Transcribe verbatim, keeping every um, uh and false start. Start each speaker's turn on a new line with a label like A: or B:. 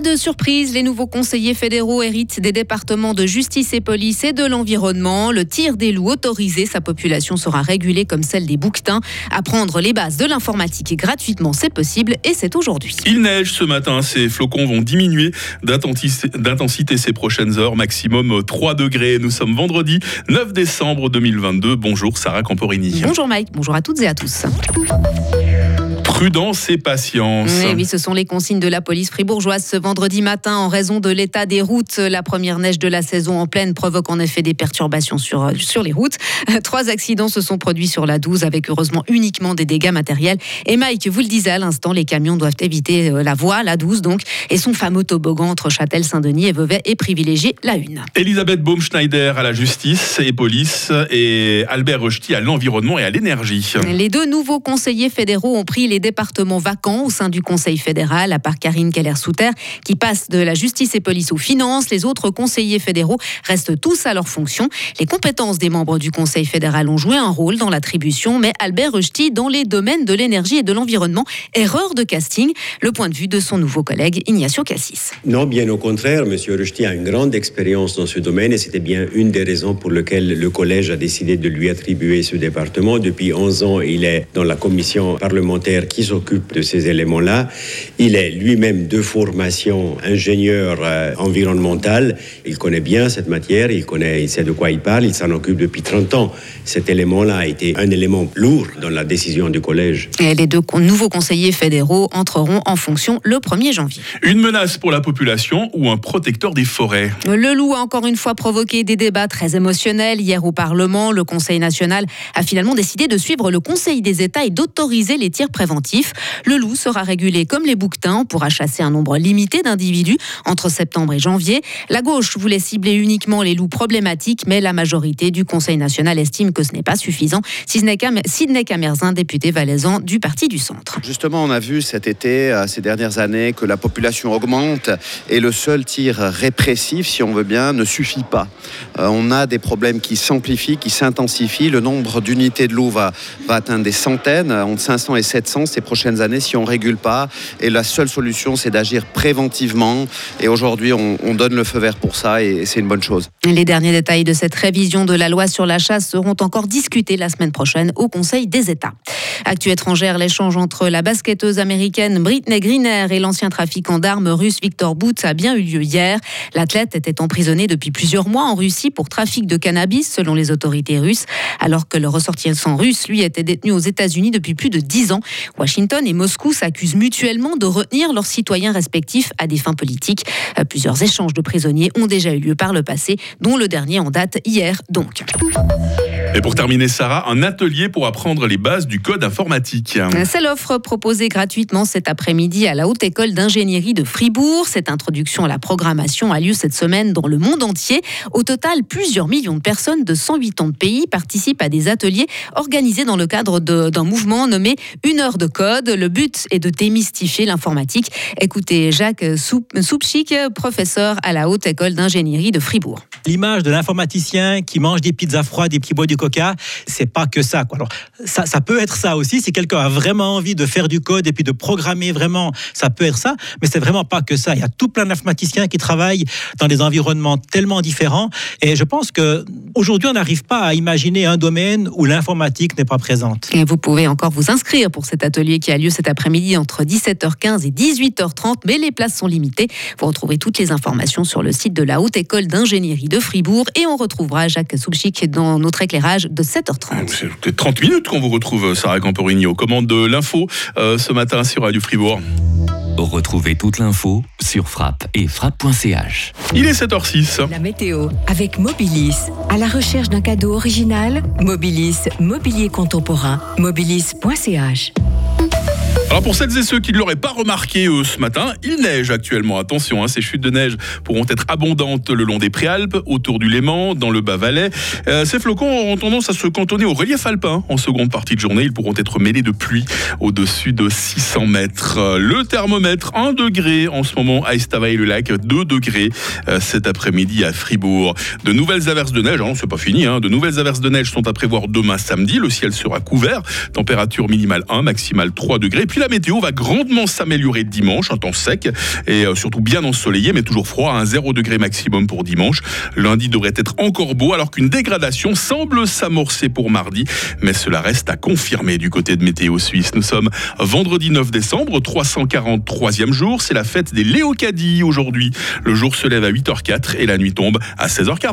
A: de surprise, les nouveaux conseillers fédéraux héritent des départements de justice et police et de l'environnement. Le tir des loups autorisé, sa population sera régulée comme celle des bouquetins. Apprendre les bases de l'informatique gratuitement, c'est possible et c'est aujourd'hui.
B: Il neige ce matin, ces flocons vont diminuer d'intensité ces prochaines heures, maximum trois degrés. Nous sommes vendredi neuf décembre deux mille vingt-deux. Bonjour Sarah Camporini.
A: Bonjour Mike, bonjour à toutes et à tous.
B: Prudence et patience.
A: Oui, oui, ce sont les consignes de la police fribourgeoise ce vendredi matin en raison de l'état des routes. La première neige de la saison en pleine provoque en effet des perturbations sur, sur les routes. Trois accidents se sont produits sur la douze avec heureusement uniquement des dégâts matériels. Et Mike, vous le disiez à l'instant, les camions doivent éviter la voie, la douze donc, et son fameux toboggan entre Châtel-Saint-Denis et Vevey est privilégié la une.
B: Elisabeth Baumschneider à la justice et police et Albert Rösti à l'environnement et à l'énergie.
A: Les deux nouveaux conseillers fédéraux ont pris les départements vacants au sein du Conseil fédéral, à part Karine Keller-Souter, qui passe de la justice et police aux finances. Les autres conseillers fédéraux restent tous à leur fonction. Les compétences des membres du Conseil fédéral ont joué un rôle dans l'attribution, mais Albert Rösti dans les domaines de l'énergie et de l'environnement. Erreur de casting, le point de vue de son nouveau collègue Ignacio Cassis.
C: Non, bien au contraire, M. Rösti a une grande expérience dans ce domaine et c'était bien une des raisons pour lesquelles le collège a décidé de lui attribuer ce département. Depuis onze ans, il est dans la commission parlementaire qui s'occupe de ces éléments-là. Il est lui-même de formation ingénieur euh, environnemental. Il connaît bien cette matière, il connaît, il sait de quoi il parle, il s'en occupe depuis trente ans. Cet élément-là a été un élément lourd dans la décision du collège.
A: Et les deux nouveaux conseillers fédéraux entreront en fonction le premier janvier.
B: Une menace pour la population ou un protecteur des forêts.
A: Le loup a encore une fois provoqué des débats très émotionnels. Hier au Parlement, le Conseil national a finalement décidé de suivre le Conseil des États et d'autoriser les tirs préventifs. Le loup sera régulé comme les bouquetins. On pourra chasser un nombre limité d'individus entre septembre et janvier. La gauche voulait cibler uniquement les loups problématiques, mais la majorité du Conseil national estime que ce n'est pas suffisant. Sidney Camerzin, député valaisan du Parti du Centre.
D: Justement, on a vu cet été, ces dernières années, que la population augmente et le seul tir répressif, si on veut bien, ne suffit pas. Euh, on a des problèmes qui s'amplifient, qui s'intensifient. Le nombre d'unités de loups va, va atteindre des centaines, entre cinq cents et sept cents ces prochaines années si on ne régule pas. Et la seule solution, c'est d'agir préventivement. Et aujourd'hui, on, on donne le feu vert pour ça et c'est une bonne chose.
A: Les derniers détails de cette révision de la loi sur la chasse seront encore discutés la semaine prochaine au Conseil des États. Actu étrangère, l'échange entre la basketteuse américaine Brittney Griner et l'ancien trafiquant d'armes russe Victor Bout a bien eu lieu hier. L'athlète était emprisonné depuis plusieurs mois en Russie pour trafic de cannabis selon les autorités russes, alors que le ressortissant russe, lui, était détenu aux États-Unis depuis plus de dix ans. Washington et Moscou s'accusent mutuellement de retenir leurs citoyens respectifs à des fins politiques. Plusieurs échanges de prisonniers ont déjà eu lieu par le passé, dont le dernier en date hier donc.
B: Et pour terminer, Sarah, un atelier pour apprendre les bases du code informatique.
A: C'est l'offre proposée gratuitement cet après-midi à la Haute École d'Ingénierie de Fribourg. Cette introduction à la programmation a lieu cette semaine dans le monde entier. Au total, plusieurs millions de personnes de cent huitante pays participent à des ateliers organisés dans le cadre de, d'un mouvement nommé Une heure de code. Le but est de démystifier l'informatique. Écoutez Jacques Soupchik, professeur à la Haute École d'Ingénierie de Fribourg.
E: L'image de l'informaticien qui mange des pizzas froides, des petits bois du coca, c'est pas que ça, quoi. Alors, ça, ça peut être ça aussi, si quelqu'un a vraiment envie de faire du code et puis de programmer vraiment, ça peut être ça, mais c'est vraiment pas que ça. Il y a tout plein d'informaticiens qui travaillent dans des environnements tellement différents et je pense que aujourd'hui, on n'arrive pas à imaginer un domaine où l'informatique n'est pas présente.
A: Et vous pouvez encore vous inscrire pour cet atelier qui a lieu cet après-midi entre dix-sept heures quinze et dix-huit heures trente, mais les places sont limitées. Vous retrouvez toutes les informations sur le site de la Haute École d'Ingénierie de Fribourg et on retrouvera Jacques Soupchik dans notre éclairage de sept heures trente.
B: C'est trente minutes qu'on vous retrouve, Sarah Camporini, aux commandes de l'info euh, ce matin sur Radio Fribourg.
F: Retrouvez toute l'info sur frappe et frappe point c h.
B: Il est sept heures six.
G: La météo avec Mobilis. À la recherche d'un cadeau original, Mobilis, mobilier contemporain, mobilis point c h.
B: Alors pour celles et ceux qui ne l'auraient pas remarqué eux, ce matin, il neige actuellement. Attention, hein, ces chutes de neige pourront être abondantes le long des Préalpes, autour du Léman, dans le Bas-Valais. Euh, ces flocons auront tendance à se cantonner au relief alpin. En seconde partie de journée, ils pourront être mêlés de pluie au-dessus de six cents mètres. Le thermomètre, un degré en ce moment à Estavayer-le-Lac, deux degrés euh, cet après-midi à Fribourg. De nouvelles averses de neige, hein, c'est pas fini, hein, de nouvelles averses de neige sont à prévoir demain samedi. Le ciel sera couvert, température minimale un, maximale trois degrés. Puis la météo va grandement s'améliorer dimanche, un temps sec et surtout bien ensoleillé, mais toujours froid, un zéro degré maximum pour dimanche. Lundi devrait être encore beau, alors qu'une dégradation semble s'amorcer pour mardi, mais cela reste à confirmer du côté de Météo Suisse. Nous sommes vendredi neuf décembre, trois cent quarante-troisième jour, c'est la fête des Léocadies aujourd'hui. Le jour se lève à huit heures zéro quatre et la nuit tombe à seize heures quarante.